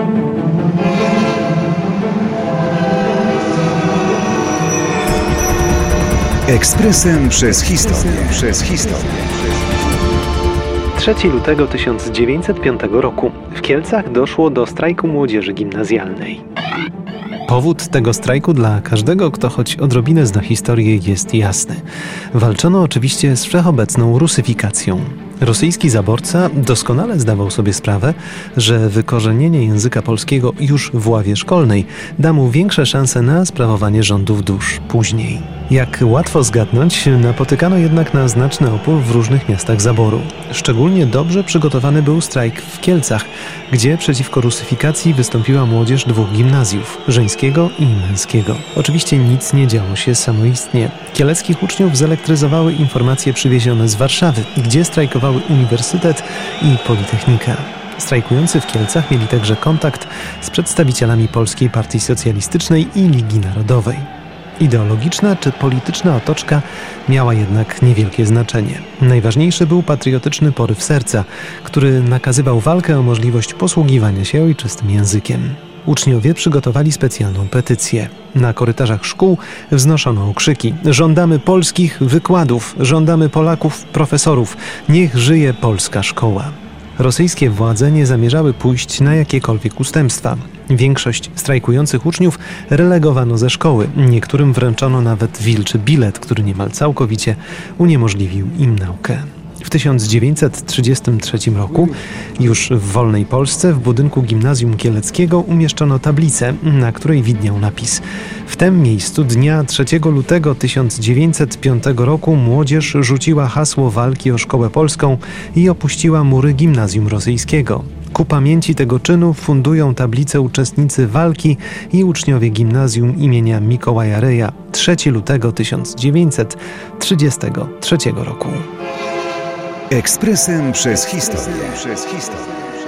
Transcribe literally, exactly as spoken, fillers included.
Ekspresem przez historię. Przez historię. trzeciego lutego tysiąc dziewięćset piątego roku w Kielcach doszło do strajku młodzieży gimnazjalnej. Powód tego strajku dla każdego, kto choć odrobinę zna historię, jest jasny. Walczono oczywiście z wszechobecną rusyfikacją. Rosyjski zaborca doskonale zdawał sobie sprawę, że wykorzenienie języka polskiego już w ławie szkolnej da mu większe szanse na sprawowanie rządów dusz później. Jak łatwo zgadnąć, napotykano jednak na znaczny opór w różnych miastach zaboru. Szczególnie dobrze przygotowany był strajk w Kielcach, gdzie przeciwko rusyfikacji wystąpiła młodzież dwóch gimnazjów, żeńskiego i męskiego. Oczywiście nic nie działo się samoistnie. Kieleckich uczniów zelektryzowały informacje przywiezione z Warszawy, gdzie strajkowały Uniwersytet i Politechnika. Strajkujący w Kielcach mieli także kontakt z przedstawicielami Polskiej Partii Socjalistycznej i Ligi Narodowej. Ideologiczna czy polityczna otoczka miała jednak niewielkie znaczenie. Najważniejszy był patriotyczny poryw serca, który nakazywał walkę o możliwość posługiwania się ojczystym językiem. Uczniowie przygotowali specjalną petycję. Na korytarzach szkół wznoszono okrzyki: żądamy polskich wykładów, żądamy Polaków profesorów, niech żyje polska szkoła. Rosyjskie władze nie zamierzały pójść na jakiekolwiek ustępstwa. Większość strajkujących uczniów relegowano ze szkoły. Niektórym wręczono nawet wilczy bilet, który niemal całkowicie uniemożliwił im naukę. W tysiąc dziewięćset trzydziestym trzecim roku, już w wolnej Polsce, w budynku Gimnazjum Kieleckiego umieszczono tablicę, na której widniał napis: w tym miejscu dnia trzeciego lutego tysiąc dziewięćset piątego roku młodzież rzuciła hasło walki o szkołę polską i opuściła mury Gimnazjum Rosyjskiego. Ku pamięci tego czynu fundują tablicę uczestnicy walki i uczniowie gimnazjum imienia Mikołaja Reja trzeciego lutego tysiąc dziewięćset trzydziestego trzeciego roku. Ekspresem przez historię. Przez historię.